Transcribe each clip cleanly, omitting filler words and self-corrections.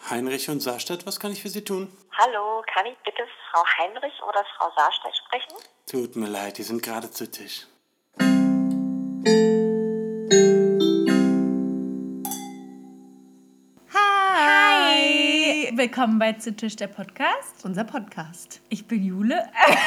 Heinrich und Saarstadt, was kann ich für Sie tun? Hallo, kann ich bitte Frau Heinrich oder Frau Saarstadt sprechen? Tut mir leid, die sind gerade zu Tisch. Hi! Willkommen bei Zu Tisch, der Podcast. Unser Podcast. Ich bin Jule.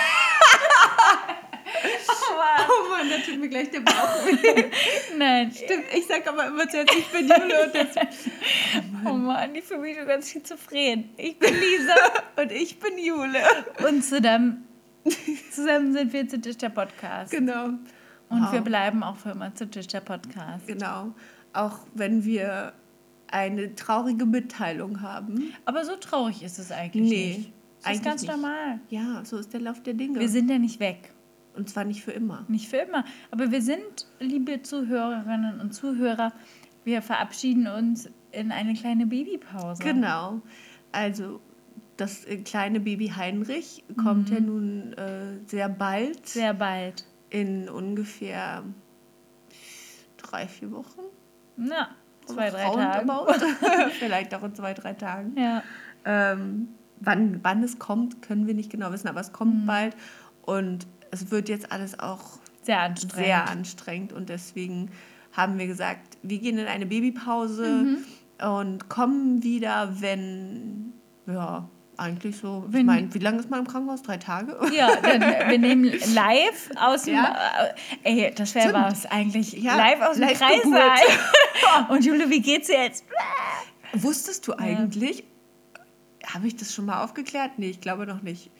Oh Mann, da tut mir gleich der Bauch weh. Nein. Stimmt, ich sag aber immer zuerst, ich bin Jule und das... Oh Mann, ich fühle mich schon ganz schizophren. Ich bin Lisa. Und ich bin Jule. Und zusammen sind wir Zu Tisch, der Podcast. Genau. Und wir bleiben auch für immer Zu Tisch, der Podcast. Genau. Auch wenn wir eine traurige Mitteilung haben. Aber so traurig ist es eigentlich nicht. Das eigentlich ist ganz nicht. normal. Ja, so ist der Lauf der Dinge. Wir sind ja nicht weg. Und zwar nicht für immer. Nicht für immer. Aber wir sind, liebe Zuhörerinnen und Zuhörer, wir verabschieden uns in eine kleine Babypause. Genau. Also das kleine Baby Heinrich kommt ja nun sehr bald. Sehr bald. In ungefähr 3-4 Wochen. Ja, 2-3 Tagen. Vielleicht auch in 2-3 Tagen. Ja. Wann es kommt, können wir nicht genau wissen, aber es kommt bald. Und es wird jetzt alles auch sehr anstrengend. Und deswegen haben wir gesagt, wir gehen in eine Babypause und kommen wieder, wenn, ja, eigentlich so, ich meine, wie lange ist man im Krankenhaus? 3 Tage? Ja, dann, wir nehmen live aus dem, das wäre was eigentlich, live aus dem Kreissaal. Und Jule, wie geht's jetzt? Wusstest du eigentlich, habe ich das schon mal aufgeklärt? Nee, ich glaube noch nicht.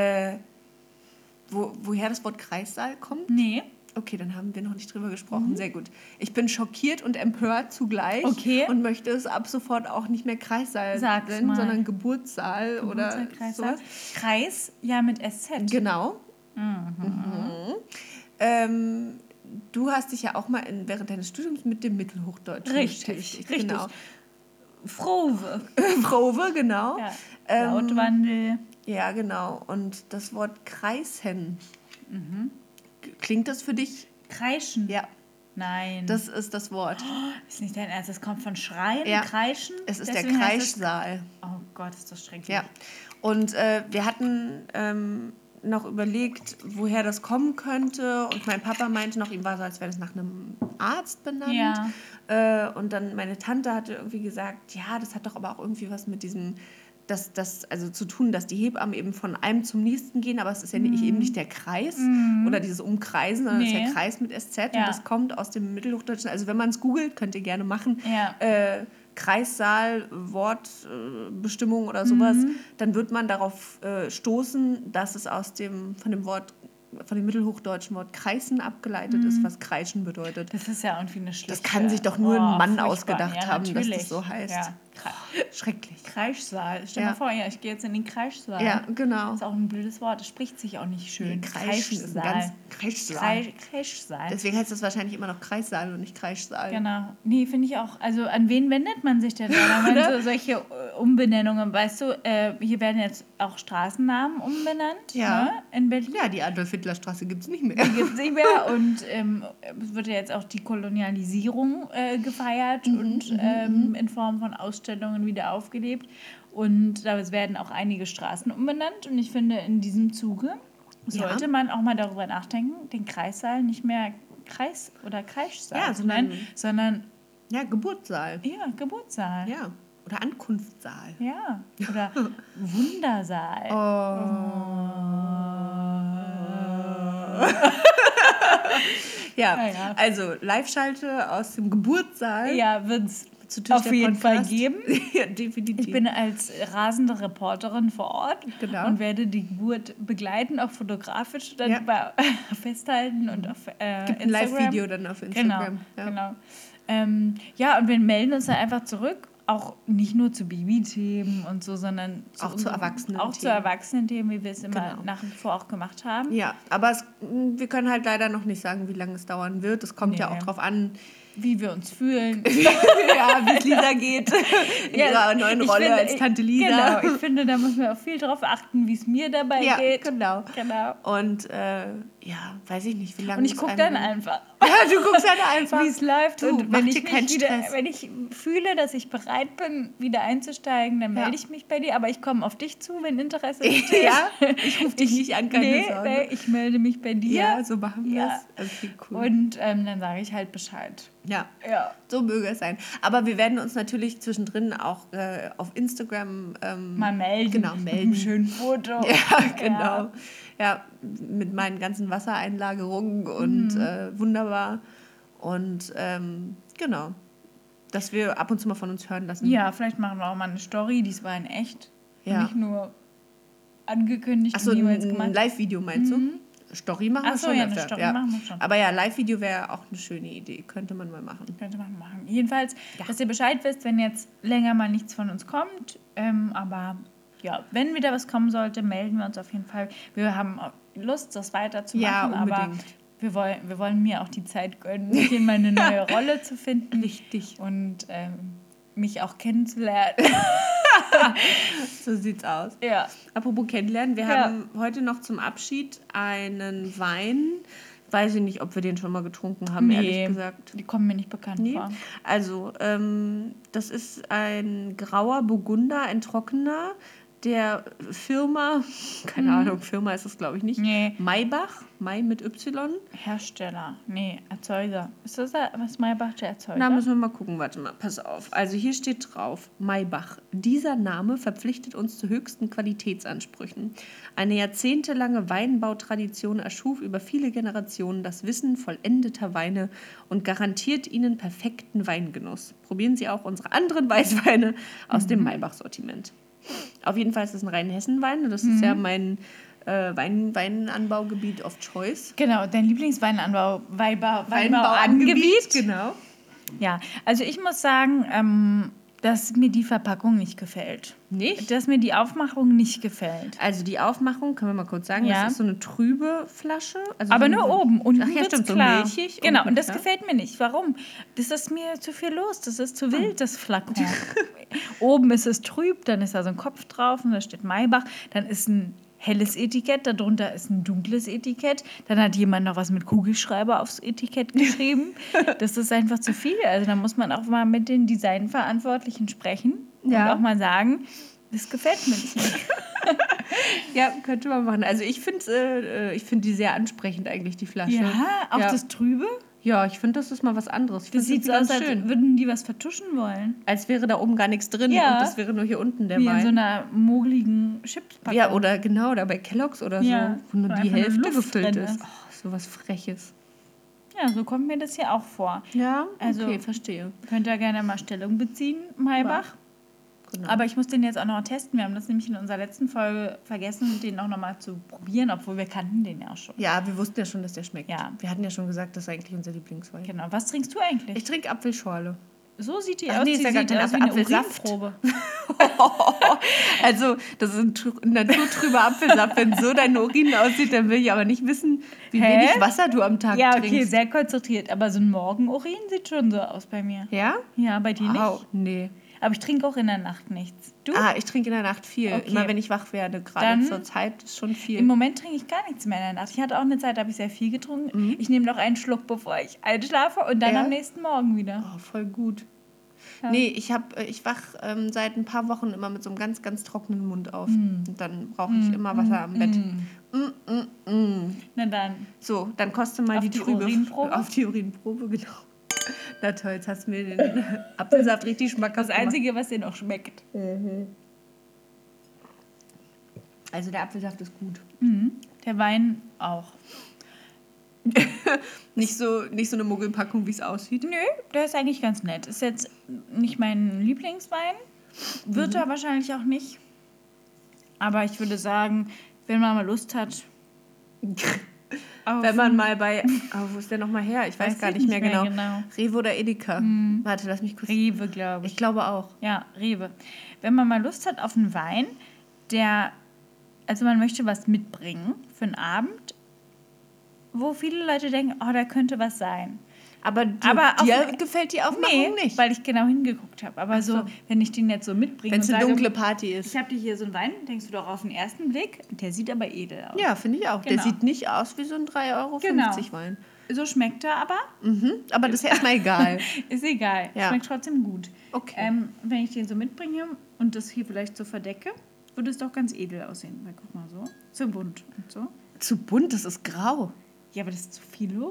Woher das Wort Kreissaal kommt? Nee. Okay, dann haben wir noch nicht drüber gesprochen. Sehr gut. Ich bin schockiert und empört zugleich und möchte es ab sofort auch nicht mehr Kreissaal nennen, sondern Geburtssaal oder sowas. Kreis, ja, mit SZ. Genau. Du hast dich ja auch mal während deines Studiums mit dem Mittelhochdeutsch beschäftigt. Richtig. Genau. Frove, genau. Ja. Lautwandel. Ja, genau. Und das Wort Kreischen. Klingt das für dich? Kreischen? Ja. Nein. Das ist das Wort. Ist nicht dein Ernst, das kommt von Schreien, Kreischen? Es ist deswegen der Kreischsaal. Oh Gott, ist das schrecklich. Ja. Und wir hatten noch überlegt, woher das kommen könnte. Und mein Papa meinte noch, ihm war so, als wäre das nach einem Arzt benannt. Ja. Und dann meine Tante hatte irgendwie gesagt, ja, das hat doch aber auch irgendwie was mit diesem... also zu tun, dass die Hebammen eben von einem zum nächsten gehen, aber es ist ja eben nicht der Kreis oder dieses Umkreisen, sondern es ist der Kreis mit SZ und das kommt aus dem Mittelhochdeutschen. Also wenn man es googelt, könnt ihr gerne machen, Kreissaal, Wortbestimmung oder sowas, dann wird man darauf stoßen, dass es von dem mittelhochdeutschen Wort kreisen abgeleitet ist, was kreischen bedeutet. Das ist ja irgendwie eine schlechte... Das kann sich doch nur ein Mann ausgedacht haben, dass das so heißt. Ja. Schrecklich. Kreischsaal. Stell dir mal vor, ich gehe jetzt in den Kreischsaal. Ja, genau. Das ist auch ein blödes Wort. Das spricht sich auch nicht schön. Kreischen ist ein ganz Kreischsaal. Kreischsaal. Deswegen heißt das wahrscheinlich immer noch Kreissaal und nicht Kreischsaal. Genau. Nee, finde ich auch. Also an wen wendet man sich denn da? Wenn so solche Umbenennungen, weißt du, hier werden jetzt auch Straßennamen umbenannt, ne? In Berlin. Ja, die Adolf-Hitler-Straße gibt es nicht mehr. Die gibt es nicht mehr und es wird ja jetzt auch die Kolonialisierung gefeiert und in Form von Ausstellungen wieder aufgelebt. Und da werden auch einige Straßen umbenannt. Und ich finde, in diesem Zuge sollte man auch mal darüber nachdenken, den Kreissaal nicht mehr Kreis- oder Kreischsaal zu nennen, sondern... Ja, Geburtssaal. Ja, Geburtssaal. Ja, oder Ankunftssaal. Ja, oder Wundersaal. Ja, also Live-Schalte aus dem Geburtssaal. Ja, wird es auf jeden Fall geben. Ja, definitiv. Ich bin als rasende Reporterin vor Ort und werde die Geburt begleiten, auch fotografisch dann festhalten und auf Gibt ein Live-Video dann auf Instagram. Genau. Und wir melden uns dann einfach zurück, auch nicht nur zu Baby-Themen und so, sondern auch zu Erwachsenen-Themen. Auch zu Erwachsenen-Themen, wie wir es immer nach wie vor auch gemacht haben. Ja, aber wir können halt leider noch nicht sagen, wie lange es dauern wird. Es kommt ja auch drauf an, wie wir uns fühlen. Ja, wie es Lisa geht in ihrer neuen Rolle als Tante Lisa. Genau, ich finde, da muss man auch viel drauf achten, wie es mir dabei geht. Genau. Und weiß ich nicht, wie lange. Und ich gucke dann einfach. Ja, du guckst dann einfach. Wie es läuft. Du, Und wenn ich fühle, dass ich bereit bin, wieder einzusteigen, dann melde ich mich bei dir. Aber ich komme auf dich zu, wenn Interesse besteht. Ja, ich rufe dich nicht an, keine Sorge. Nee, ich melde mich bei dir. Ja, so machen wir es. Okay, cool. Und dann sage ich halt Bescheid. Ja, so möge es sein. Aber wir werden uns natürlich zwischendrin auch auf Instagram mal melden. Genau, melden. Mit einem schönen Foto. Ja, genau. Ja, mit meinen ganzen Wassereinlagerungen und wunderbar. Und genau, dass wir ab und zu mal von uns hören lassen. Ja, vielleicht machen wir auch mal eine Story, die war in echt. Ja. Nicht nur angekündigt. Achso, ein Live-Video meinst du? Story machen wir schon ja, öfter. Eine Story machen wir schon. Aber ja, Live-Video wäre auch eine schöne Idee. Könnte man mal machen. Jedenfalls, dass ihr Bescheid wisst, wenn jetzt länger mal nichts von uns kommt. Aber ja, wenn wieder was kommen sollte, melden wir uns auf jeden Fall. Wir haben Lust, das weiterzumachen. Ja, unbedingt. Aber wir wollen mir auch die Zeit gönnen, hier meine neue Rolle zu finden. Richtig. Und mich auch kennenzulernen. So sieht's aus. Ja. Apropos kennenlernen, wir haben heute noch zum Abschied einen Wein. Weiß ich nicht, ob wir den schon mal getrunken haben, ehrlich gesagt. Die kommen mir nicht bekannt vor. Also, das ist ein grauer Burgunder, ein trockener, der Firma, keine Ahnung, Firma ist es glaube ich nicht, Maybach, Mai mit Y. Hersteller, Erzeuger. Ist das was Maybach der Erzeuger? Na, müssen wir mal gucken, warte mal, pass auf. Also hier steht drauf, Maybach. Dieser Name verpflichtet uns zu höchsten Qualitätsansprüchen. Eine jahrzehntelange Weinbautradition erschuf über viele Generationen das Wissen vollendeter Weine und garantiert ihnen perfekten Weingenuss. Probieren Sie auch unsere anderen Weißweine aus dem Maybach-Sortiment. Auf jeden Fall ist es ein Rheinhessen-Wein. Das ist ja mein Weinanbaugebiet of Choice. Genau, dein Lieblingsweinbauangebiet. Genau. Ja, also ich muss sagen, dass mir die Verpackung nicht gefällt. Nicht? Dass mir die Aufmachung nicht gefällt. Also die Aufmachung, können wir mal kurz sagen, das ist so eine trübe Flasche. Also aber so nur oben. Unten ach ja, stimmt, klar. so milchig. Genau, und das gefällt mir nicht. Warum? Das ist mir zu viel los. Das ist zu wild, das Flakon. Oben ist es trüb, dann ist da so ein Kopf drauf und da steht Maybach. Dann ist ein helles Etikett, darunter ist ein dunkles Etikett. Dann hat jemand noch was mit Kugelschreiber aufs Etikett geschrieben. Das ist einfach zu viel. Also da muss man auch mal mit den Designverantwortlichen sprechen und auch mal sagen, das gefällt mir nicht. Ja, könnte man machen. Also ich finde die sehr ansprechend eigentlich, die Flasche. Ja, auch das Trübe? Ja, ich finde, das ist mal was anderes. Das sieht so aus, als würden die was vertuschen wollen. Als wäre da oben gar nichts drin und das wäre nur hier unten der Wie Wein. in so einer mogeligen Chipspackung. Ja, oder genau, da bei Kellogg's oder so, wo nur die Hälfte gefüllt ist. Oh, so was Freches. Ja, so kommt mir das hier auch vor. Ja, also, okay, verstehe. Könnt ihr gerne mal Stellung beziehen, Maybach. Ja. Genau. Aber ich muss den jetzt auch noch testen. Wir haben das nämlich in unserer letzten Folge vergessen, den auch noch mal zu probieren, obwohl wir kannten den ja auch schon. Ja, wir wussten ja schon, dass der schmeckt. Ja. Wir hatten ja schon gesagt, das ist eigentlich unser Lieblingswein. Genau. Was trinkst du eigentlich? Ich trinke Apfelschorle. So sieht die aus. Nee, ist ja gar kein Apfelsaft. Also, das ist ein naturtrüber Apfelsaft. Wenn so dein Urin aussieht, dann will ich aber nicht wissen, wie wenig Wasser du am Tag trinkst. Ja, okay, sehr konzentriert. Aber so ein Morgenurin sieht schon so aus bei mir. Ja? Ja, bei dir nicht? Nee. Aber ich trinke auch in der Nacht nichts. Du? Ich trinke in der Nacht viel. Okay. Immer wenn ich wach werde, gerade zur Zeit ist schon viel. Im Moment trinke ich gar nichts mehr in der Nacht. Ich hatte auch eine Zeit, da habe ich sehr viel getrunken. Ich nehme noch einen Schluck, bevor ich einschlafe und dann am nächsten Morgen wieder. Oh, voll gut. Ja. Nee, ich wach seit ein paar Wochen immer mit so einem ganz, ganz trockenen Mund auf. Und dann brauche ich immer Wasser am Bett. Na dann. So, dann kostet mal die Trübe. Urinprobe? Auf die Urinprobe, genau. Na toll, jetzt hast du mir den Apfelsaft richtig schmackhaft gemacht. Das Einzige, was dir noch schmeckt. Also der Apfelsaft ist gut. Der Wein auch. Nicht so eine Muggelpackung, wie es aussieht? Nö, der ist eigentlich ganz nett. Ist jetzt nicht mein Lieblingswein. Wird er wahrscheinlich auch nicht. Aber ich würde sagen, wenn man mal Lust hat... Wenn man mal bei... wo ist der nochmal her? Ich weiß gar nicht mehr genau. Rewe oder Edeka? Warte, lass mich kurz... Rewe, glaube ich. Ich glaube auch. Ja, Rewe. Wenn man mal Lust hat auf einen Wein, also man möchte was mitbringen für einen Abend, wo viele Leute denken, da könnte was sein. Aber dir gefällt die Aufmachung nicht? Weil ich genau hingeguckt habe. Aber so, wenn ich den jetzt so mitbringe wenn es eine dunkle Party ist. Ich habe dir hier so einen Wein, denkst du doch auf den ersten Blick, der sieht aber edel aus. Ja, finde ich auch. Genau. Der sieht nicht aus wie so ein 3,50 € Wein. So schmeckt er aber. Aber das ist erstmal egal. Ist egal. Ja. Schmeckt trotzdem gut. Okay. Wenn ich den so mitbringe und das hier vielleicht so verdecke, würde es doch ganz edel aussehen. Weil guck mal so. So bunt und so. Zu bunt, das ist grau. Ja, aber das ist zu viel los.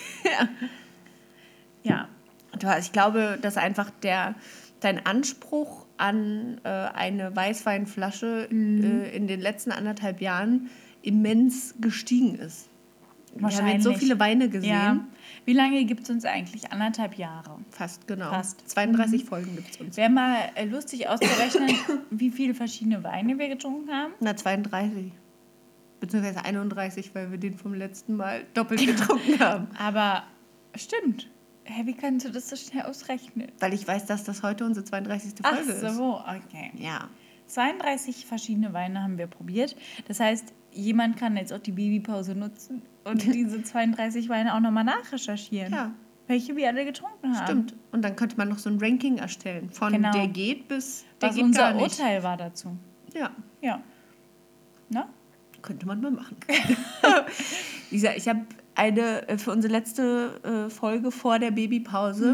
Ja. Ich glaube, dass einfach dein Anspruch an eine Weißweinflasche in den letzten 1,5 Jahren immens gestiegen ist. Wir haben jetzt so viele Weine gesehen. Ja. Wie lange gibt es uns eigentlich? 1,5 Jahre. Fast, genau. Fast. 32 Folgen gibt es uns. Wäre mal lustig auszurechnen, wie viele verschiedene Weine wir getrunken haben. 32. Beziehungsweise 31, weil wir den vom letzten Mal doppelt getrunken haben. Aber stimmt. Hä, wie kannst du das so schnell ausrechnen? Weil ich weiß, dass das heute unsere 32. Folge ist. Ach so, okay. Ja. 32 verschiedene Weine haben wir probiert. Das heißt, jemand kann jetzt auch die Babypause nutzen und diese 32 Weine auch nochmal nachrecherchieren. Ja. Welche wir alle getrunken haben. Stimmt. Und dann könnte man noch so ein Ranking erstellen. Von der geht bis der was geht unser gar nicht. Urteil war dazu. Ja. Ja. Na? Könnte man mal machen. Lisa, ich habe für unsere letzte Folge vor der Babypause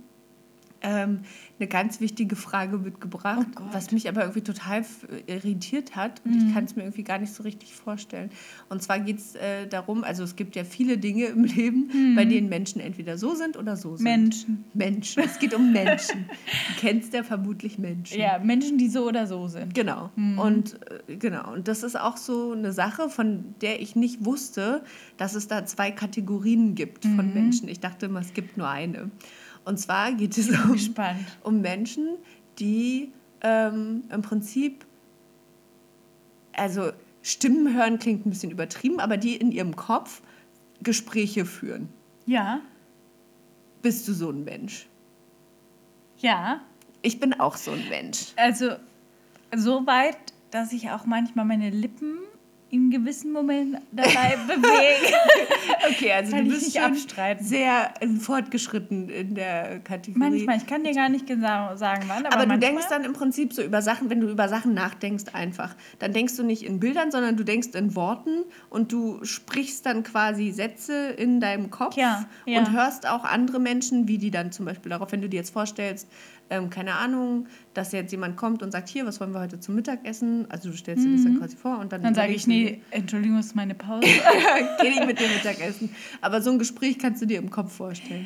eine ganz wichtige Frage mitgebracht, was mich aber irgendwie total irritiert hat und ich kann es mir irgendwie gar nicht so richtig vorstellen. Und zwar geht es darum, also es gibt ja viele Dinge im Leben, bei denen Menschen entweder so sind oder so sind. Menschen. Es geht um Menschen. Du kennst ja vermutlich Menschen. Ja, Menschen, die so oder so sind. Genau. Und das ist auch so eine Sache, von der ich nicht wusste, dass es da 2 Kategorien gibt von Menschen. Ich dachte immer, es gibt nur eine. Und zwar geht es um Menschen, die im Prinzip, also Stimmen hören klingt ein bisschen übertrieben, aber die in ihrem Kopf Gespräche führen. Ja. Bist du so ein Mensch? Ja. Ich bin auch so ein Mensch. Also so weit, dass ich auch manchmal meine Lippen in gewissen Momenten dabei bewege. Okay, also kann du ich bist nicht schon abstreiten. sehr fortgeschritten in der Kategorie. Manchmal, ich kann dir gar nicht genau sagen, wann. Aber du denkst dann im Prinzip so über Sachen, wenn du über Sachen nachdenkst einfach, dann denkst du nicht in Bildern, sondern du denkst in Worten und du sprichst dann quasi Sätze in deinem Kopf und hörst auch andere Menschen, wie die dann zum Beispiel darauf, wenn du dir jetzt vorstellst, keine Ahnung, dass jetzt jemand kommt und sagt, hier, was wollen wir heute zum Mittagessen? Also du stellst dir das dann quasi vor und dann sage ich, nee, Entschuldigung, das ist meine Pause. Geh nicht mit dem Mittagessen. Aber so ein Gespräch kannst du dir im Kopf vorstellen.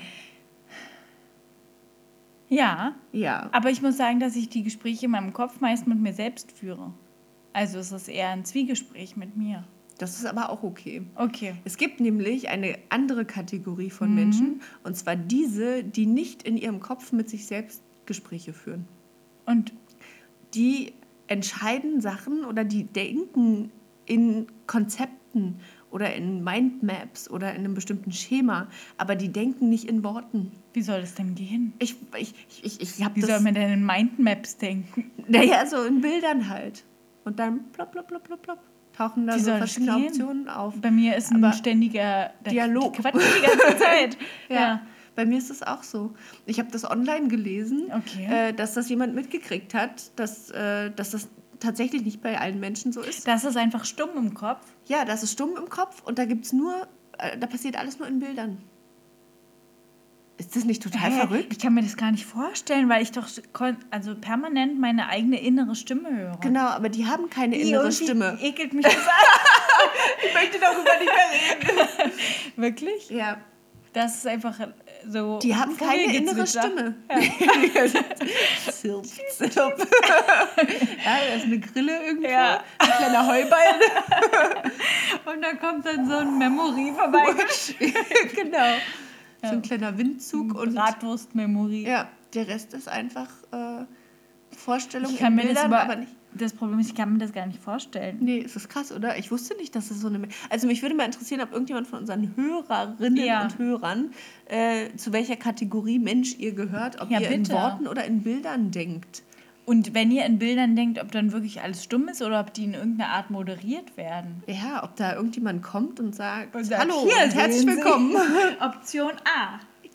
Ja. Ja. Aber ich muss sagen, dass ich die Gespräche in meinem Kopf meist mit mir selbst führe. Also es ist eher ein Zwiegespräch mit mir. Das ist aber auch okay. Okay. Es gibt nämlich eine andere Kategorie von Menschen, und zwar diese, die nicht in ihrem Kopf mit sich selbst Gespräche führen. Und die entscheiden Sachen oder die denken in Konzepten oder in Mindmaps oder in einem bestimmten Schema, aber die denken nicht in Worten. Wie soll das denn gehen? Ich habe Wie soll man denn in Mindmaps denken? Naja, so in Bildern halt. Und dann plopp, plopp, plopp, plopp, plopp. Tauchen da so verschiedene Optionen auf. Bei mir ist ein ständiger Dialog. Quatsch die ganze Zeit. Ja. Bei mir ist es auch so. Ich habe das online gelesen, dass das jemand mitgekriegt hat, dass das tatsächlich nicht bei allen Menschen so ist. Das ist einfach stumm im Kopf? Ja, das ist stumm im Kopf und da passiert alles nur in Bildern. Ist das nicht total verrückt? Ich kann mir das gar nicht vorstellen, weil ich doch permanent meine eigene innere Stimme höre. Genau, aber die haben keine innere Stimme. Ekelt mich das an. Ich möchte darüber nicht mehr reden. Wirklich? Ja. Das ist einfach so. Die haben keine innere Stimme. Ja. Zirp, zirp. Ja, da ist eine Grille irgendwo, ein kleiner Heuballen. Und dann kommt dann so ein Memory vorbei. Genau. So ein kleiner Windzug. Und Bratwurst-Memory. Ja, der Rest ist einfach Vorstellung in Bildern, aber nicht. Das Problem ist, ich kann mir das gar nicht vorstellen. Nee, ist das krass, oder? Ich wusste nicht, dass es so eine... Also mich würde mal interessieren, ob irgendjemand von unseren Hörerinnen und Hörern zu welcher Kategorie Mensch ihr gehört, ob ihr in Worten oder in Bildern denkt. Und wenn ihr in Bildern denkt, ob dann wirklich alles stumm ist oder ob die in irgendeiner Art moderiert werden. Ja, ob da irgendjemand kommt und sagt Hallo und herzlich willkommen. Option A.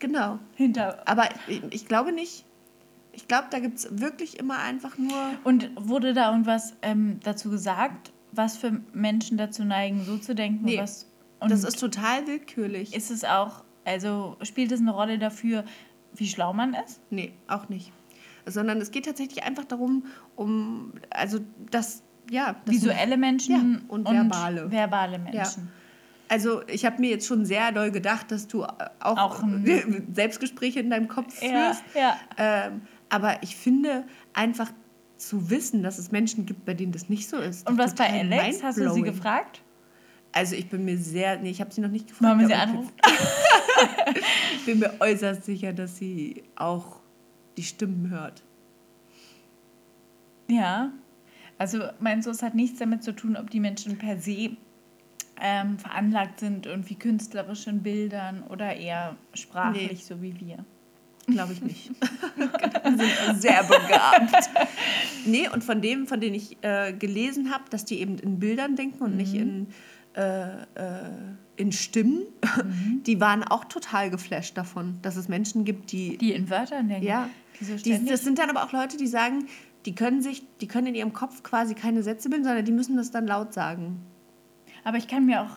Genau. hinter. Aber ich glaube nicht. Ich glaube, da gibt es wirklich immer einfach nur... Und wurde da irgendwas dazu gesagt, was für Menschen dazu neigen, so zu denken? Nee, Und das ist total willkürlich. ist es auch, also spielt es eine Rolle dafür, wie schlau man ist? Nee, auch nicht. Sondern es geht tatsächlich einfach darum, Visuelle Menschen ja, und verbale Menschen. Ja. Also ich habe mir jetzt schon sehr doll gedacht, dass du auch Selbstgespräche in deinem Kopf führst. Ja. Aber ich finde einfach zu wissen, dass es Menschen gibt, bei denen das nicht so ist. Und was bei total Alex? Hast du sie gefragt? Also ich bin mir ich habe sie noch nicht gefragt. Wollen wir sie anrufen? Ich bin mir äußerst sicher, dass sie auch die Stimmen hört. Ja. Also meinst du, es hat nichts damit zu tun, ob die Menschen per se veranlagt sind, irgendwie künstlerisch in Bildern oder eher sprachlich, so wie wir? Glaube ich nicht. Wir sind sehr begabt. Nee, und von denen ich gelesen habe, dass die eben in Bildern denken und nicht in Stimmen, die waren auch total geflasht davon, dass es Menschen gibt, die in Wörtern denken. Ja, das sind dann aber auch Leute, die sagen, die können in ihrem Kopf quasi keine Sätze bilden, sondern die müssen das dann laut sagen. Aber ich kann mir auch,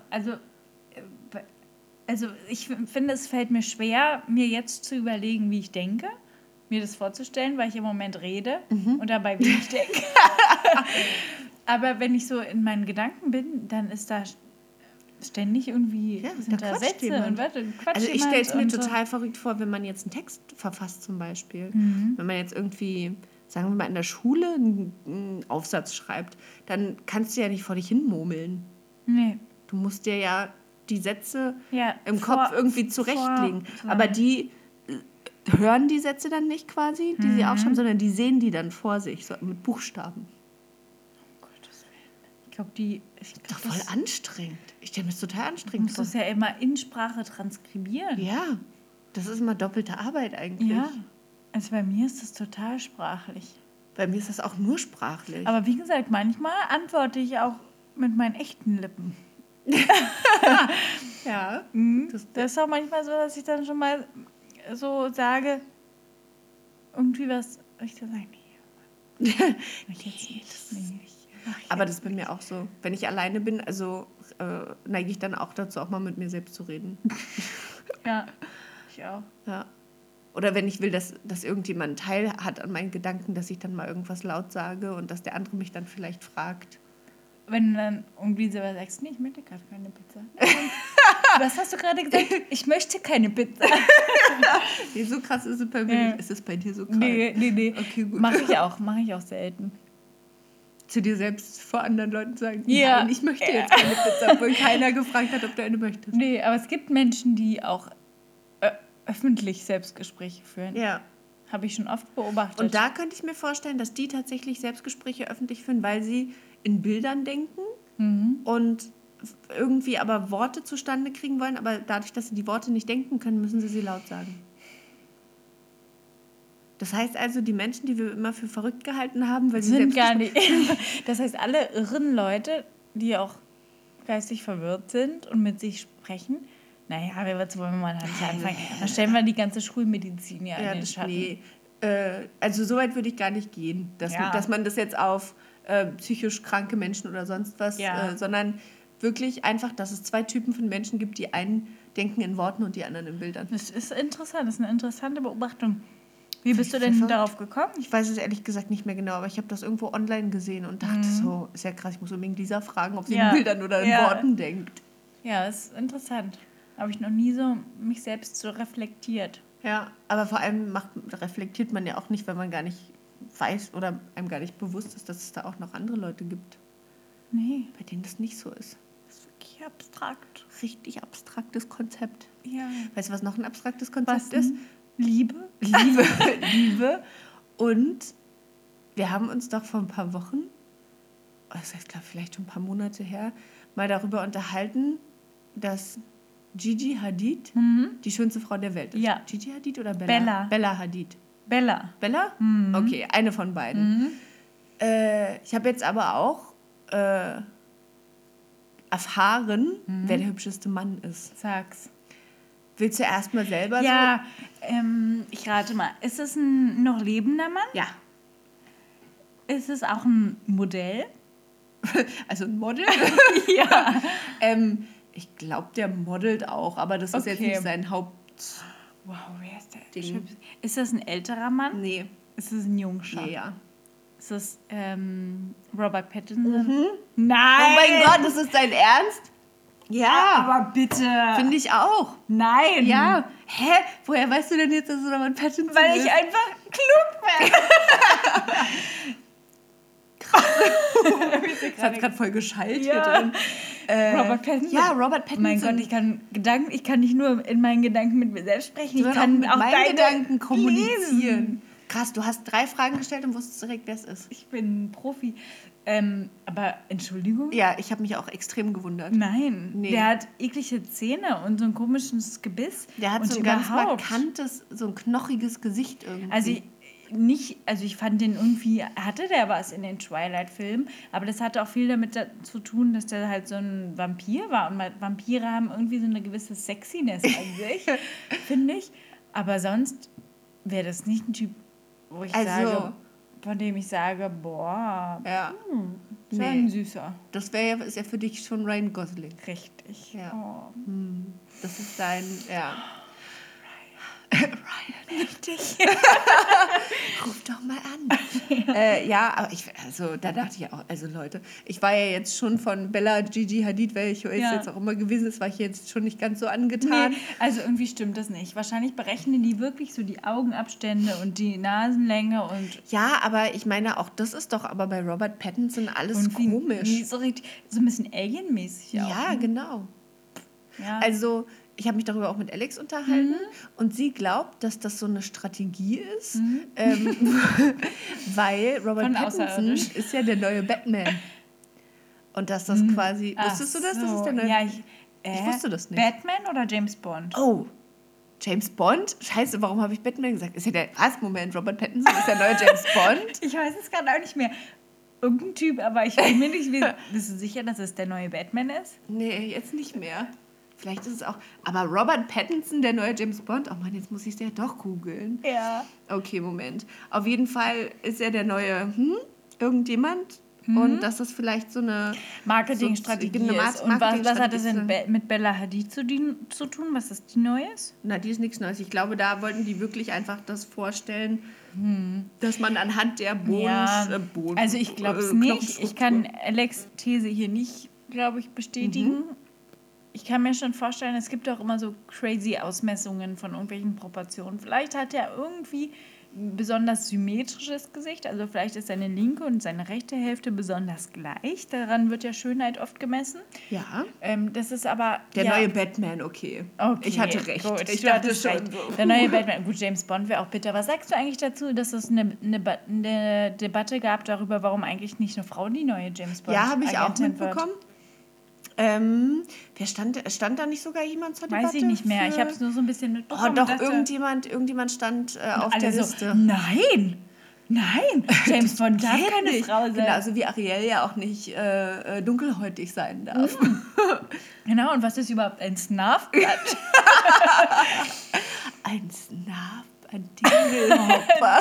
also ich finde, es fällt mir schwer, mir jetzt zu überlegen, wie ich denke, mir das vorzustellen, weil ich im Moment rede und dabei wie ich denke. Aber wenn ich so in meinen Gedanken bin, dann ist da ständig irgendwie sind da Sätze und Wörter. Also ich stelle es mir total verrückt vor, wenn man jetzt einen Text verfasst zum Beispiel. Wenn man jetzt irgendwie, sagen wir mal, in der Schule einen Aufsatz schreibt, dann kannst du ja nicht vor dich hin murmeln. Nee. Du musst dir ja die Sätze im Kopf irgendwie zurechtlegen. Aber die hören die Sätze dann nicht quasi, die sie aufschreiben, sondern die sehen die dann vor sich, so mit Buchstaben. Ich glaube, doch voll anstrengend. Ich stelle mir das total anstrengend vor. Du musst es ja immer in Sprache transkribieren. Ja, das ist immer doppelte Arbeit eigentlich. Ja, also bei mir ist das total sprachlich. Bei mir ist das auch nur sprachlich. Aber wie gesagt, manchmal antworte ich auch mit meinen echten Lippen. Ja. Das ist auch manchmal so, dass ich dann schon mal so sage, irgendwie was, ich dann sage, nee. Aber das ist bei mir auch so. Wenn ich alleine bin, also neige ich dann auch dazu, auch mal mit mir selbst zu reden. Ja, ich auch. Ja. Oder wenn ich will, dass irgendjemand Teil hat an meinen Gedanken, dass ich dann mal irgendwas laut sage und dass der andere mich dann vielleicht fragt. Wenn du dann irgendwie selber sagst, nee, ich möchte gerade keine Pizza. Was hast du gerade gesagt? Ich möchte keine Pizza. Nee, so krass ist es bei mir nicht. Ist es bei dir so krass? Nee. Okay, gut. Mache ich auch selten. Zu dir selbst vor anderen Leuten sagen, ja. Nein, ich möchte jetzt keine Pizza, obwohl keiner gefragt hat, ob du eine möchtest. Nee, aber es gibt Menschen, die auch öffentlich Selbstgespräche führen. Ja. Habe ich schon oft beobachtet. Und da könnte ich mir vorstellen, dass die tatsächlich Selbstgespräche öffentlich führen, weil sie in Bildern denken und irgendwie aber Worte zustande kriegen wollen, aber dadurch, dass sie die Worte nicht denken können, müssen sie laut sagen. Das heißt also, die Menschen, die wir immer für verrückt gehalten haben, weil sie sind gar nicht. Das heißt, alle irren Leute, die auch geistig verwirrt sind und mit sich sprechen, naja, jetzt wollen wir mal nicht anfangen. Dann stellen wir die ganze Schulmedizin in den Schatten. Nee. Also so weit würde ich gar nicht gehen, dass man das jetzt auf psychisch kranke Menschen oder sonst was, sondern wirklich einfach, dass es zwei Typen von Menschen gibt, die einen denken in Worten und die anderen in Bildern. Das ist interessant, das ist eine interessante Beobachtung. Wie bist du denn darauf gekommen? Ich weiß es ehrlich gesagt nicht mehr genau, aber ich habe das irgendwo online gesehen und dachte so, ist ja krass, ich muss unbedingt Lisa fragen, ob sie in Bildern oder in Worten denkt. Ja, ist interessant. Habe ich noch nie so mich selbst so reflektiert. Ja, aber vor allem reflektiert man ja auch nicht, wenn man gar nicht weiß oder einem gar nicht bewusst ist, dass es da auch noch andere Leute gibt. Nee. Bei denen das nicht so ist. Das ist wirklich abstrakt. Richtig abstraktes Konzept. Ja. Weißt du, was noch ein abstraktes Konzept ist? Liebe. Und wir haben uns doch vor ein paar Wochen, das heißt, glaube vielleicht schon ein paar Monate her, mal darüber unterhalten, dass Gigi Hadid die schönste Frau der Welt ist. Ja. Gigi Hadid oder Bella? Bella. Bella Hadid. Bella. Bella? Okay, eine von beiden. Ich habe jetzt aber auch erfahren, wer der hübscheste Mann ist. Sag's. Willst du erstmal selber Ja, ich rate mal. Ist es ein noch lebender Mann? Ja. Ist es auch ein Modell? Also ein Model? Ja. Ich glaube, der modelt auch, aber das ist jetzt Okay. nicht sein Haupt... Wow, wer ist der? Ding. Ist das ein älterer Mann? Nee. Ist das ein Jungscher? Ja. Ist das Robert Pattinson? Nein! Oh mein Gott, das ist dein Ernst? Ja. Aber bitte! Finde ich auch. Nein! Ja. Hä? Woher weißt du denn jetzt, dass es Robert Pattinson Weil ist? ich einfach klug bin. Das hat gerade voll geschallt hier Ja. drin. Robert Pattinson? Ja, Robert Pattinson. Mein Gott, ich kann nicht nur in meinen Gedanken mit mir selbst sprechen, ich kann kann mit auch meinen deine Gedanken kommunizieren. lesen. Krass, du hast 3 Fragen gestellt und wusstest direkt, wer es ist. Ich bin ein Profi. Aber Entschuldigung? Ja, ich habe mich auch extrem gewundert. Nein, Nee. der hat eklige Zähne und so ein komisches Gebiss. Der hat und so ein ganz überhaupt. markantes, so ein knochiges Gesicht irgendwie. Also ich fand den irgendwie, hatte der was in den Twilight-Filmen, aber das hatte auch viel damit zu tun, dass der halt so ein Vampir war und Vampire haben irgendwie so eine gewisse Sexiness an sich, finde ich. Aber sonst wäre das nicht ein Typ, wo ich sage, von dem ich sage, boah, ja, ist ja ein Süßer. das ist ja für dich schon Ryan Gosling. Richtig. Ja. Oh. Das ist dein, ja. Ryan, richtig. Ruf doch mal an. Ja, aber da dachte ich auch, also Leute, ich war ja jetzt schon von Bella Gigi Hadid, welche jetzt auch immer gewesen ist, war ich jetzt schon nicht ganz so angetan. Nee, also irgendwie stimmt das nicht. Wahrscheinlich berechnen die wirklich so die Augenabstände und die Nasenlänge und Ja, aber ich meine, auch das ist doch aber bei Robert Pattinson alles irgendwie komisch. so ein bisschen Alien-mäßig auch. Ja, genau. Ja. Also, ich habe mich darüber auch mit Alex unterhalten und sie glaubt, dass das so eine Strategie ist, weil Robert Von Pattinson außerirdisch. ist ja der neue Batman. Und dass das quasi... Wusstest du das? Das ist der neue... Ja, ich wusste das nicht. Batman oder James Bond? Oh, James Bond? Scheiße, warum habe ich Batman gesagt? Ist ja der... Was? Moment, Robert Pattinson ist der neue James Bond? Ich weiß es gerade auch nicht mehr. Irgendein Typ, aber ich bin mir nicht... Bist du sicher, dass es der neue Batman ist? Nee, jetzt nicht mehr. Vielleicht ist es auch... Aber Robert Pattinson, der neue James Bond? Oh Mann, jetzt muss ich es ja doch googeln. Ja. Okay, Moment. Auf jeden Fall ist er der neue irgendjemand. Und dass das vielleicht so eine Marketingstrategie so, ist. Und was hat das Marketingstrategie mit Bella Hadid zu tun? Was ist die Neues? Na, die ist nichts Neues. Ich glaube, da wollten die wirklich einfach das vorstellen, dass man anhand der Also ich glaube es nicht. Ich kann Alex' These hier nicht, glaube ich, bestätigen. Ich kann mir schon vorstellen, es gibt auch immer so crazy Ausmessungen von irgendwelchen Proportionen. Vielleicht hat er irgendwie ein besonders symmetrisches Gesicht. Also vielleicht ist seine linke und seine rechte Hälfte besonders gleich. Daran wird ja Schönheit oft gemessen. Ja. Das ist aber... Der neue Batman, okay. Ich hatte recht. Gut, ich du dachte hattest schon. recht. Der neue Batman. Gut, James Bond wäre auch bitter. Was sagst du eigentlich dazu, dass es eine Debatte gab darüber, warum eigentlich nicht eine Frau die neue James Bond Ja, habe ich auch Agentin wird? mitbekommen. Wer stand da nicht sogar jemand zur Debatte? Weiß ich nicht mehr. für- Ich habe es nur so ein bisschen Oh, mitbekommen. doch, und dachte, irgendjemand stand auf alle der so, Liste. Nein! James Bond darf Geht keine nicht. Frau sein. Genau, also wie Ariel ja auch nicht dunkelhäutig sein darf. Genau, und was ist überhaupt ein Snarfblatt? Ein Snap, ein Dingelhopper.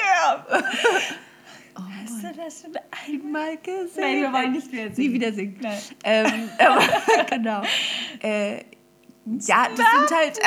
Hast du das schon Einmal gesehen. Nein, wir wollen nicht mehr Nie singen. wieder singen. Nein. Aber, genau. Ja, das sind halt...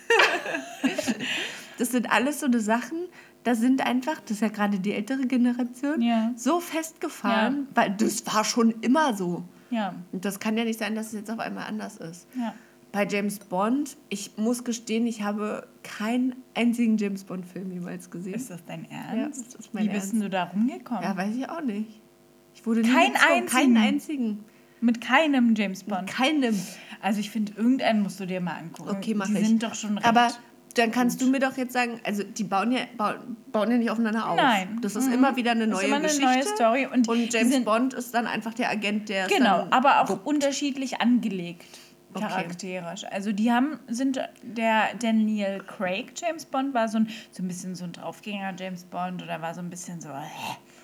das sind alles so eine Sachen, da sind einfach, das ist ja gerade die ältere Generation, Ja. so festgefahren, weil das war schon immer so. Ja, Und das kann ja nicht sein, dass es jetzt auf einmal anders ist. ja. Bei James Bond, ich muss gestehen, ich habe keinen einzigen James Bond-Film jemals gesehen. Ist das dein Ja, Ernst? das ist mein Wie bist Ernst. denn du da rumgekommen? Ja, weiß ich auch nicht. Ich wurde nie Keinen gezwungen. einzigen? Keinen einzigen. Mit keinem James Bond. Keinem. Also ich finde, irgendeinen musst du dir mal angucken. Okay, mach Die ich. sind doch schon recht. Aber dann kannst du mir doch jetzt sagen, also die bauen ja nicht aufeinander auf. Nein. Das ist immer wieder eine Das ist neue immer eine Geschichte. neue Story. Und die James sind- Bond ist dann einfach der Agent, der es Genau, dann aber auch wuppt. unterschiedlich angelegt. Okay. Charakterisch. Also der Daniel Craig James Bond war so ein bisschen so ein Draufgänger James Bond oder war so ein bisschen so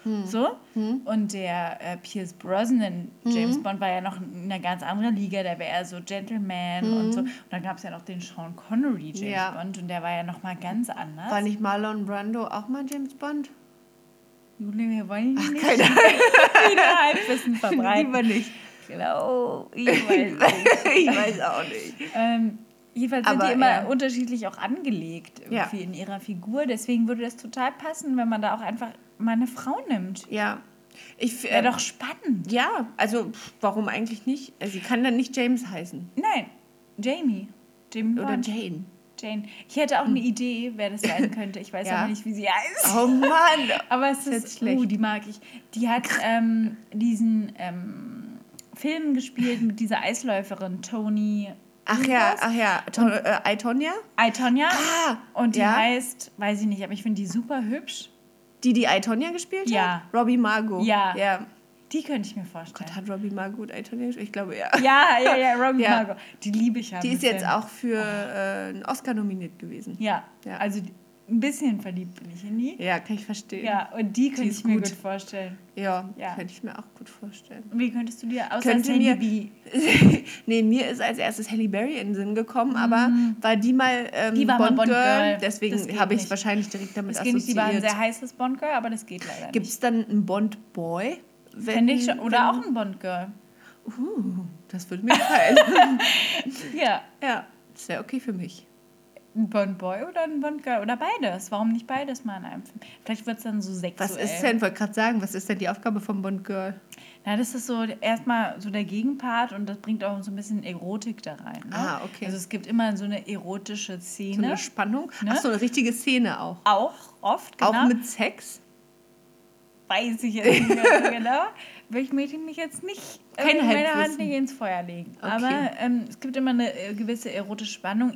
So. Und der Pierce Brosnan, James Bond, war ja noch in einer ganz anderen Liga. Der wäre eher so Gentleman und so. Und dann gab es ja noch den Sean Connery James Bond. Und der war ja noch mal ganz anders. War nicht Marlon Brando auch mal James Bond? Juli, wir wollen nicht Keine Ahnung. wieder Halbwissen verbreiten. Lieber nicht. Genau, ich weiß nicht. Ich weiß auch nicht. Jedenfalls sind Aber, die immer unterschiedlich auch angelegt irgendwie Ja. in ihrer Figur. Deswegen würde das total passen, wenn man da auch einfach mal eine Frau nimmt. Ja. Wäre doch spannend. Ja, also warum eigentlich nicht? Sie kann dann nicht James heißen. Nein, Jamie. Jamie Oder Bond. Jane. Jane. Ich hätte auch eine Idee, wer das sein könnte. Ich weiß Ja. aber nicht, wie sie heißt. Oh Mann. Aber es jetzt ist, schlecht. die mag ich. Die hat diesen Film gespielt mit dieser Eisläuferin, Toni. Ach ja. I, Tonya? I, Tonya. Ah, Und die ja. heißt, weiß ich nicht, aber ich finde die super hübsch. Die I, Tonya gespielt Ja. hat? Robbie Margot. Ja. Ja. Die könnte ich mir vorstellen. Gott, hat Robbie Margot I, Tonya gespielt? Ich glaube, ja. Ja, Robbie Ja. Margot. Die liebe ich ja. Die ein ist jetzt bisschen. auch für einen Oscar nominiert gewesen. Ja, Ja. also ein bisschen verliebt bin ich in die. Ja, kann ich verstehen. Ja, und die könnte ist ich mir gut. gut vorstellen. Ja, Ja. könnte ich mir auch gut vorstellen. Wie könntest du dir Könnte Sandy mir- Bee? Nee, mir ist als erstes Halle Berry in den Sinn gekommen, aber war die mal Die war mal Bond Girl, Bond-Girl. Das deswegen geht habe ich es nicht. wahrscheinlich direkt damit Das geht nicht, die war ein assoziiert. sehr heißes Bond-Girl, aber das geht leider Gibt nicht. es dann einen Bond-Boy? Finde ich schon. Oder auch ein Bond-Girl. Das würde mir gefallen. Ja, Ja, das wäre okay für mich. ein Bond-Boy oder ein Bond-Girl. Oder beides. Warum nicht beides mal in einem Film? Vielleicht wird es dann so sexuell. Was ist denn, wollte gerade sagen, was ist denn die Aufgabe vom Bond-Girl? Na, das ist so erstmal so der Gegenpart und das bringt auch so ein bisschen Erotik da rein. Ne? Ah, okay. Also es gibt immer so eine erotische Szene. So eine Spannung? Ne? Ach so, eine richtige Szene auch. Auch oft, genau. Auch mit Sex? Weiß ich jetzt nicht mehr so genau. Weil ich möchte mich jetzt nicht Kein meine Halbwissen. Hand nicht ins Feuer legen. Okay. Aber es gibt immer eine gewisse erotische Spannung.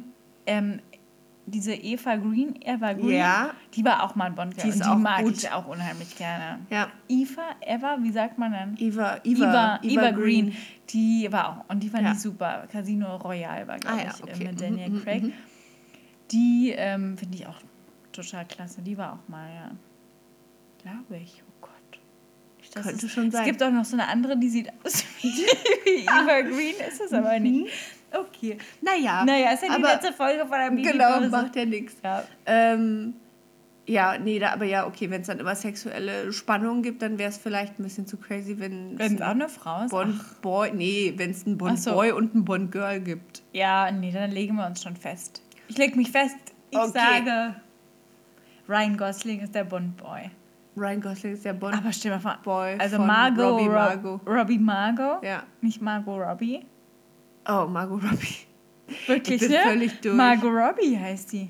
Diese Eva Green, Ja. die war auch mal ein Bond-Girl. Die ist und die auch mag gut. ich auch unheimlich gerne. Ja. Eva, wie sagt man denn? Eva Green. Die war auch, und die fand Ja. ich super. Casino Royale war, glaube Ah ja, ich, okay. mit Daniel Craig. Die finde ich auch total klasse. Die war auch mal, ja. Glaube ich. Oh Gott. Nicht, dass Könnte schon sein. Es gibt auch noch so eine andere, die sieht aus wie Eva Green, ist es aber nicht. Okay. Naja. Naja, ist ja die aber- letzte Folge von der Genau, Bibi-Pause. macht ja nichts. Ja. Ja, nee, aber ja, okay, wenn es dann immer sexuelle Spannung gibt, dann wäre es vielleicht ein bisschen zu crazy, wenn Wenn es auch eine Frau ist. Bond-Boy, nee, wenn es einen Ach so. Bond-Boy und einen Bond-Girl gibt. Ja, nee, dann legen wir uns schon fest. Ich lege mich fest. Ich Okay. sage, Ryan Gosling ist der Bond-Boy. Ryan Gosling ist der Bond-Boy Aber stell mal vor, also von Margot, Robbie Margot. Robbie Margot, Ja. nicht Margot Robbie. Oh, Margot Robbie. Wirklich, Ich bin ne? völlig durch. Margot Robbie heißt die.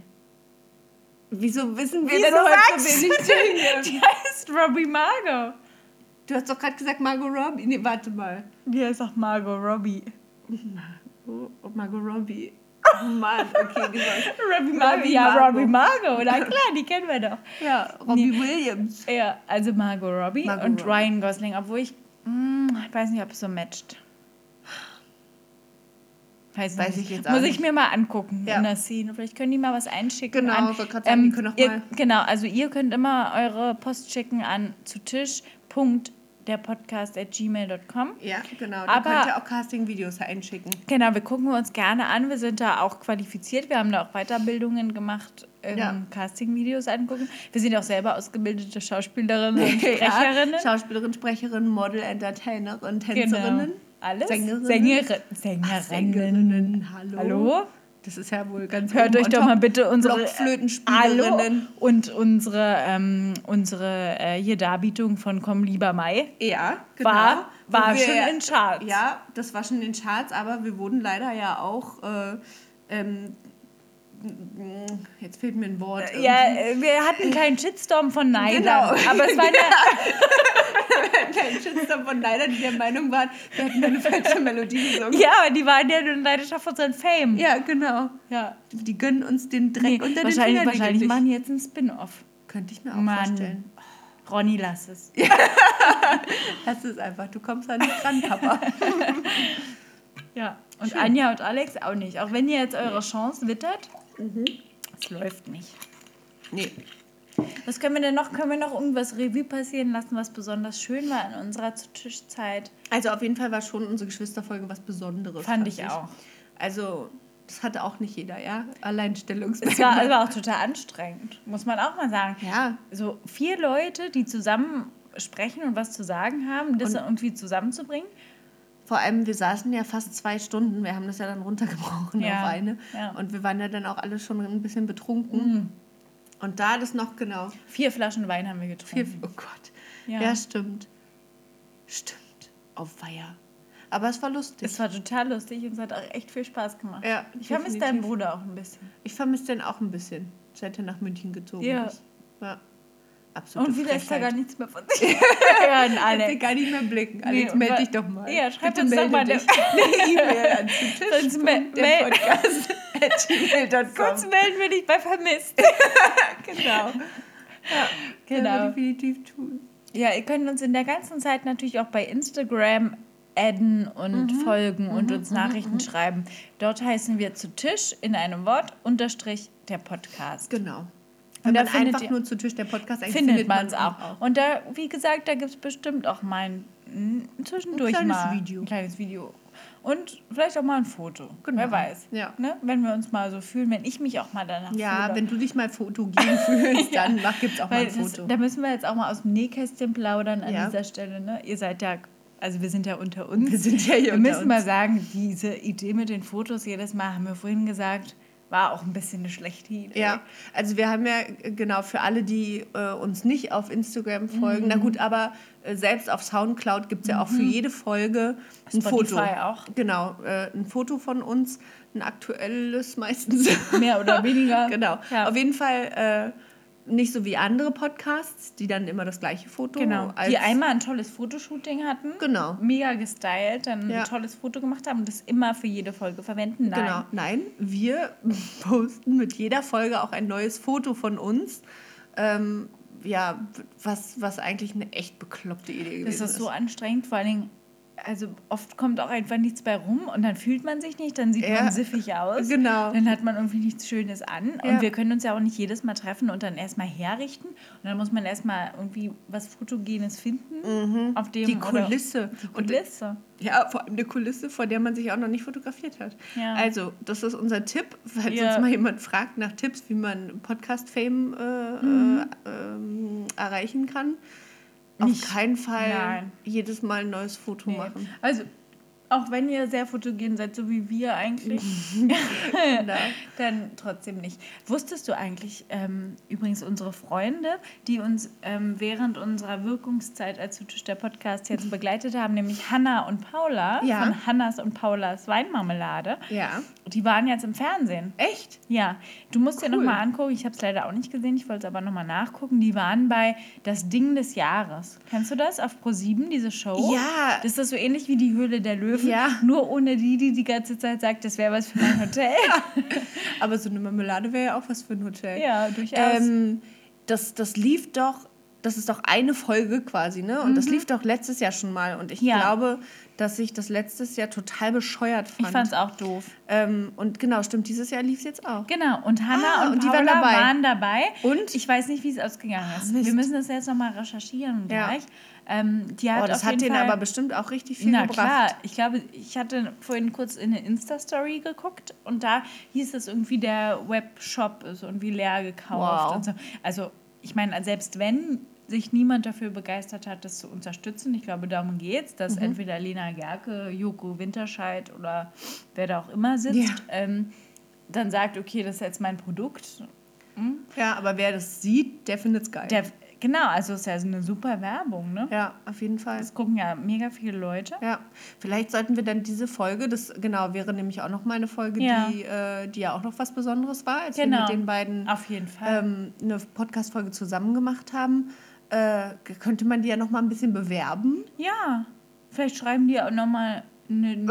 Wieso wissen wir Wieso denn heute sagst so du wenig das? Dinge? Die heißt Robbie Margot. Du hast doch gerade gesagt Margot Robbie. Nee, warte mal. Die heißt auch Margot Robbie. Oh, Margot Robbie. Oh Mann, okay, die war... Robbie Margot, Robbie ja, Margot. Robbie Margot. Na klar, die kennen wir doch. Ja, Robbie Williams. Ja, also Margot Robbie Margot und Robbie. Ryan Gosling, obwohl ich weiß nicht, ob es so matcht. Weiß ich jetzt auch Muss nicht. ich mir mal angucken Ja. in der Szene. Vielleicht können die mal was einschicken. Genau, an, ich wollte gerade sagen, die können auch ihr, mal- Genau, also ihr könnt immer eure Post schicken an zu tisch.derpodcast@gmail.com. Ja, genau. Da Aber- könnt ihr auch Casting-Videos einschicken. Genau, wir gucken uns gerne an. Wir sind da auch qualifiziert. Wir haben da auch Weiterbildungen gemacht, Ja. Casting-Videos angucken. Wir sind auch selber ausgebildete Schauspielerinnen und Sprecherinnen. Ja, Schauspielerin, Sprecherin, Model, Entertainerin, Tänzerinnen. Genau. Alles? Sängerinnen. Sängerinnen. Hallo. Hallo? Das ist ja wohl ganz Hört oben euch on doch top. mal bitte unsere Blockflötenspielerinnen. Hallo und unsere hier Darbietung von Komm lieber Mai Ja, genau. war Wo wir- schon in Charts. Ja, das war schon in den Charts, aber wir wurden leider ja auch... jetzt fehlt mir ein Wort. Ja, wir hatten keinen Shitstorm von Neidern, Genau. aber es war eine, Kein Shitstorm von Neidern, die der Meinung waren, wir hätten eine falsche Melodie gesungen. ja, aber die waren ja nur leider auf unseren Fame. Ja, genau. Ja. Die gönnen uns den Dreck unter den wahrscheinlich Fingernägeln nicht. machen die jetzt einen Spin-off. Könnte ich mir auch Mann. vorstellen. Ronny, lass es. Lass es einfach, du kommst da nicht ran, Papa. Ja, und Anja und Alex auch nicht. Auch wenn ihr jetzt eure Chance wittert, es läuft nicht. Nee. Was können wir denn noch? Können wir noch irgendwas Revue passieren lassen, was besonders schön war in unserer Zu-Tisch-Zeit? Also auf jeden Fall war schon unsere Geschwisterfolge was Besonderes. Fand ich auch. Also das hatte auch nicht jeder, ja? Alleinstellungsmerkmal. Es war aber auch total anstrengend, muss man auch mal sagen. Ja. So 4 Leute, die zusammen sprechen und was zu sagen haben, das irgendwie zusammenzubringen. Vor allem, wir saßen ja fast 2 Stunden. Wir haben das ja dann runtergebrochen auf eine. Ja. Und wir waren ja dann auch alle schon ein bisschen betrunken. Und da das noch genau... 4 Flaschen Wein haben wir getrunken. Oh Gott. Ja. Ja, stimmt. Stimmt. Auf Weiher. Aber es war lustig. Es war total lustig und es hat auch echt viel Spaß gemacht. Ja, ich vermisse deinen Bruder auch ein bisschen. Ich vermisse den auch ein bisschen, seit er nach München gezogen ist. Ja. Absolute Und wieder ist da Frechheit. gar nichts mehr von sich. Hören alle. Ich will gar nicht mehr blicken. Alex, Nee, melde dich doch mal. Ja, schreib Bitte uns doch melde mal dich. Eine E-Mail an Sonst Podcast@gmail.com. Kurz melden wir dich bei Vermisst. Genau. Ja, Genau. werden wir definitiv tun. Ja, ihr könnt uns in der ganzen Zeit natürlich auch bei Instagram adden und folgen und uns Nachrichten schreiben. Dort heißen wir zu Tisch in einem Wort / der Podcast. Genau. Und Wenn da man einfach nur zu Tisch der Podcast eigentlich findet man es auch. Und da, wie gesagt, da gibt es bestimmt auch mal zwischendurch ein kleines mal Video. ein kleines Video. Und vielleicht auch mal ein Foto. Genau. Wer weiß. Ja. Ne? Wenn wir uns mal so fühlen, wenn ich mich auch mal danach Ja, fühle. wenn du dich mal fotogen fühlst, dann gibt es auch mal ein Foto. Da müssen wir jetzt auch mal aus dem Nähkästchen plaudern an Ja. dieser Stelle. Ne? Ihr seid ja, also wir sind ja unter uns. Wir sind ja hier Wir unter müssen uns. mal sagen, diese Idee mit den Fotos jedes Mal, haben wir vorhin gesagt, war auch ein bisschen eine schlechte Idee. Ja, also wir haben ja, genau, für alle, die uns nicht auf Instagram folgen, na gut, aber selbst auf Soundcloud gibt es ja auch für jede Folge ein Spotify Foto. auch. Genau, ein Foto von uns, ein aktuelles meistens. Mehr oder weniger. Genau, Ja. auf jeden Fall nicht so wie andere Podcasts, die dann immer das gleiche Foto Genau, als... die einmal ein tolles Fotoshooting hatten, Genau. mega gestylt, dann Ja. ein tolles Foto gemacht haben und das immer für jede Folge verwenden. Nein. Genau, nein, wir posten mit jeder Folge auch ein neues Foto von uns. Ja, was eigentlich eine echt bekloppte Idee gewesen Das ist so anstrengend, vor allen Dingen, also oft kommt auch einfach nichts bei rum und dann fühlt man sich nicht, dann sieht Ja, man siffig aus. genau. Dann hat man irgendwie nichts Schönes an Ja. und wir können uns ja auch nicht jedes Mal treffen und dann erstmal herrichten und dann muss man erstmal irgendwie was Fotogenes finden, auf dem Die Kulisse. Die Kulisse. Ja, vor allem eine Kulisse, vor der man sich auch noch nicht fotografiert hat. Ja. Also, das ist unser Tipp, falls Ja. uns mal jemand fragt nach Tipps, wie man Podcast-Fame erreichen kann. Auf keinen Fall Nein. jedes Mal ein neues Foto machen. Also, auch wenn ihr sehr fotogen seid, so wie wir eigentlich, Genau. dann trotzdem nicht. Wusstest du eigentlich, übrigens unsere Freunde, die uns während unserer Wirkungszeit als Zu Tisch der Podcast jetzt begleitet haben, nämlich Hanna und Paula Ja. von Hannas und Paulas Weinmarmelade, Ja. die waren jetzt im Fernsehen. Echt? Ja, du musst dir Cool. nochmal angucken, ich habe es leider auch nicht gesehen, ich wollte es aber nochmal nachgucken. Die waren bei Das Ding des Jahres. Kennst du das? Auf Pro7, diese Show? Ja. Das ist so ähnlich wie die Höhle der Löwen, Ja. nur ohne die ganze Zeit sagt, das wäre was für mein Hotel. Aber so eine Marmelade wäre ja auch was für ein Hotel. Ja, durchaus. Das lief doch, das ist doch eine Folge quasi, ne? Und das lief doch letztes Jahr schon mal. Und ich Ja. glaube, dass ich das letztes Jahr total bescheuert fand. Ich fand es auch doof. Und genau, stimmt, dieses Jahr lief es jetzt auch. Genau, und Hanna und und die Paula waren dabei. waren dabei. Und? Ich weiß nicht, wie es ausgegangen ist. Mist. Wir müssen das jetzt nochmal recherchieren Ja. gleich. Die hat Das auf hat jeden denen Fall, aber bestimmt auch richtig viel na gebracht. klar, ich glaube, ich hatte vorhin kurz in eine Insta-Story geguckt und da hieß es irgendwie, der Webshop ist irgendwie leer gekauft Wow. und so. Also ich meine, selbst wenn sich niemand dafür begeistert hat, das zu unterstützen, ich glaube, darum geht's, dass entweder Lena Gerke, Joko Winterscheid oder wer da auch immer sitzt, dann sagt, okay, das ist jetzt mein Produkt. Ja, aber wer das sieht, der findet es geil. Genau, also ist ja so eine super Werbung, ne? Ja, auf jeden Fall. Das gucken ja mega viele Leute. Ja, vielleicht sollten wir dann diese Folge, das genau wäre nämlich auch noch mal eine Folge, Ja. die ja auch noch was Besonderes war, als wir Genau. mit den beiden Auf jeden Fall. eine Podcast-Folge zusammen gemacht haben. Könnte man die ja noch mal ein bisschen bewerben? Ja, vielleicht schreiben die auch nochmal ein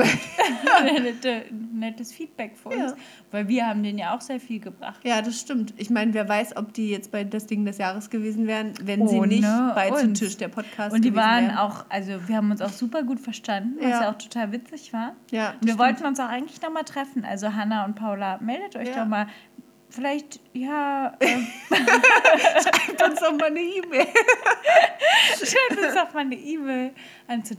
nettes Feedback für uns, Ja. weil wir haben denen ja auch sehr viel gebracht. Ja, das stimmt. Ich meine, wer weiß, ob die jetzt bei das Ding des Jahres gewesen wären, wenn sie Ohne nicht bei Zu uns. Tisch der Podcast Und die gewesen waren wären. auch, also wir haben uns auch super gut verstanden, was Ja. ja auch total witzig war. Ja, Und wir wollten uns auch eigentlich nochmal treffen. Also Hanna und Paula, meldet euch Ja. doch mal. vielleicht, ja, Schreibt uns doch mal eine E-Mail. schreibt uns doch mal eine E-Mail an zu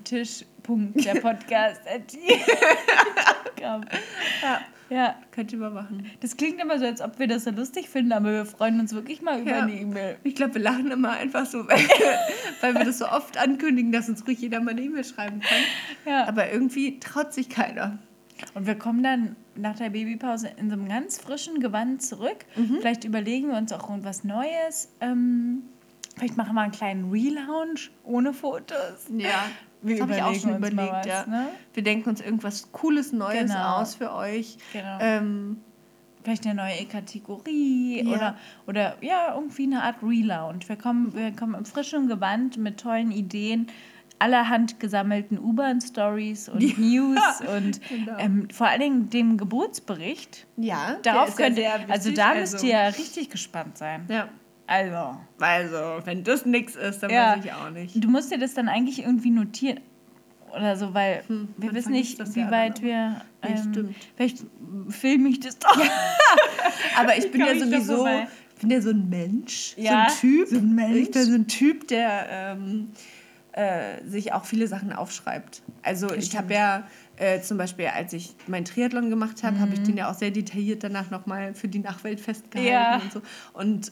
tisch.derpodcast@gmail.com. Ja, Könnt ihr mal machen. das klingt immer so, als ob wir das so lustig finden, aber wir freuen uns wirklich mal über Ja. eine E-Mail. Ich glaube, wir lachen immer einfach so, weil wir das so oft ankündigen, dass uns ruhig jeder mal eine E-Mail schreiben kann. Ja. Aber irgendwie traut sich keiner. Und wir kommen dann nach der Babypause in so einem ganz frischen Gewand zurück. Vielleicht überlegen wir uns auch irgendwas Neues. Vielleicht machen wir einen kleinen Relaunch ohne Fotos. Ja, Wir das habe ich auch schon überlegen uns mal überlegt. was, Ja. ne? Wir denken uns irgendwas Cooles, Neues Genau. aus für euch. Genau. Ähm, Vielleicht eine neue Kategorie Ja. oder ja, irgendwie eine Art Relaunch. Wir kommen im frischen Gewand mit tollen Ideen, allerhand gesammelten U-Bahn-Stories und News und Genau. vor allen Dingen dem Geburtsbericht. ja, der Darauf ist ja könnt ihr, sehr also wichtig, da müsst ihr ja richtig gespannt sein. Ja, Also, wenn das nix ist, dann Ja. weiß ich auch nicht. du musst dir das dann eigentlich irgendwie notieren oder so, weil wir man wissen vergisst nicht, das wie ja weit dann wir. Nee, stimmt. Vielleicht filme ich das doch. Aber ich bin Komm ja ich doch sowieso, vorbei. ich bin ja so ein Mensch, Ja, so ein Typ. so ein Mensch. Ich bin so ein Typ, der sich auch viele Sachen aufschreibt. Also ich habe ja zum Beispiel, als ich meinen Triathlon gemacht habe, habe ich den ja auch sehr detailliert danach nochmal für die Nachwelt festgehalten Ja. und so. Und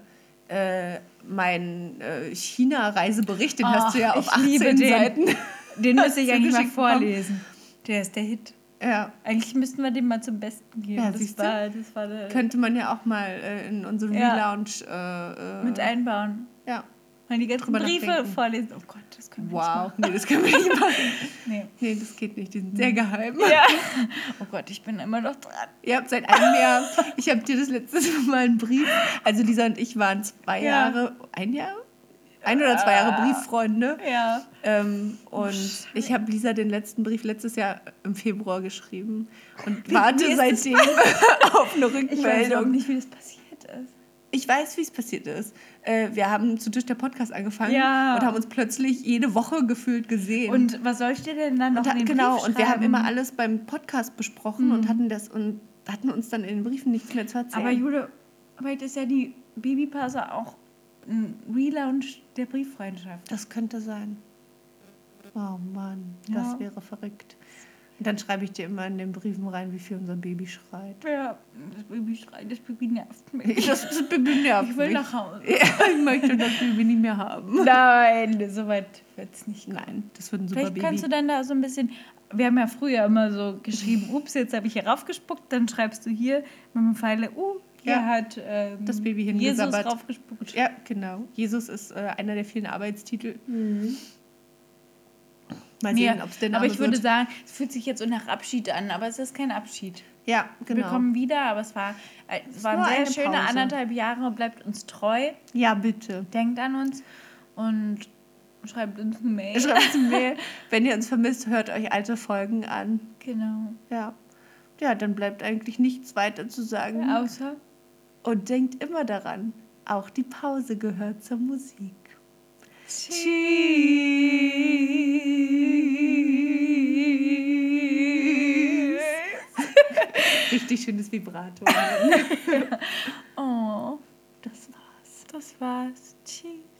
mein China-Reisebericht, den hast du ja auf ich liebe 18 den. Seiten. Den müsste ich Hast du eigentlich mal geschickt bekommen? vorlesen. Der ist der Hit. Ja, Eigentlich müssten wir den mal zum Besten geben. Ja, das siehst du? war der könnte man ja auch mal in unseren Ja. Relaunch mit einbauen. ja. Mal die ganzen Drüber Briefe nachdenken. vorlesen. Oh Gott, das können wir Wow, nee, das können wir nicht machen. nicht machen. Nee, das geht nicht, die sind sehr geheim. Nee. Ja. Oh Gott, ich bin immer noch dran. Ihr habt seit einem Jahr, ich habe dir das letzte Mal einen Brief, also Lisa und ich waren 2 Ja. Jahre, ein oder 2 Jahre Brieffreunde. Ja. Und ich habe Lisa den letzten Brief letztes Jahr im Februar geschrieben und warte ist das seitdem auf eine Ich weiß auch Rückmeldung. nicht, wie das passiert ist. Ich weiß, wie es passiert ist. Wir haben zu Tisch der Podcast angefangen Ja. und haben uns plötzlich jede Woche gefühlt gesehen. Und was soll ich dir denn dann noch in den Genau, Brief und wir haben schreiben? immer alles beim Podcast besprochen und hatten uns dann in den Briefen nichts mehr zu erzählen. Aber Jule, heute ist ja die Babypause auch ein Relaunch der Brieffreundschaft. Das könnte sein. Oh Mann, Ja. das wäre verrückt. Und dann schreibe ich dir immer in den Briefen rein, wie viel unser Baby schreit. Ja, das Baby schreit, das Baby nervt mich. Das Baby nervt Ich will mich. nach Hause. Ja, ich möchte das Baby nicht mehr haben. Nein, so weit wird es nicht kommen. Nein, das wird ein super Vielleicht Baby. kannst du dann da so ein bisschen, wir haben ja früher immer so geschrieben, ups, jetzt habe ich hier raufgespuckt, dann schreibst du hier mit dem Pfeile, hier Ja, hat das Baby Jesus hingesabbert. raufgespuckt. Ja, genau. Jesus ist einer der vielen Arbeitstitel. Mal Ja, sehen, ob es der aber Name ich würde wird. sagen, es fühlt sich jetzt so nach Abschied an, aber es ist kein Abschied. Ja, genau. Wir kommen wieder, aber es waren nur sehr eine schöne Pause. 1,5 Jahre, bleibt uns treu, Ja, bitte. denkt an uns und schreibt uns eine Mail. Schreibt uns eine Mail. Wenn ihr uns vermisst, hört euch alte Folgen an. Genau. Ja. Ja, dann bleibt eigentlich nichts weiter zu sagen. Außer Und denkt immer daran, auch die Pause gehört zur Musik. Tschüss. Richtig schönes Vibrato. Oh, Das war's. das war's. Tschüss.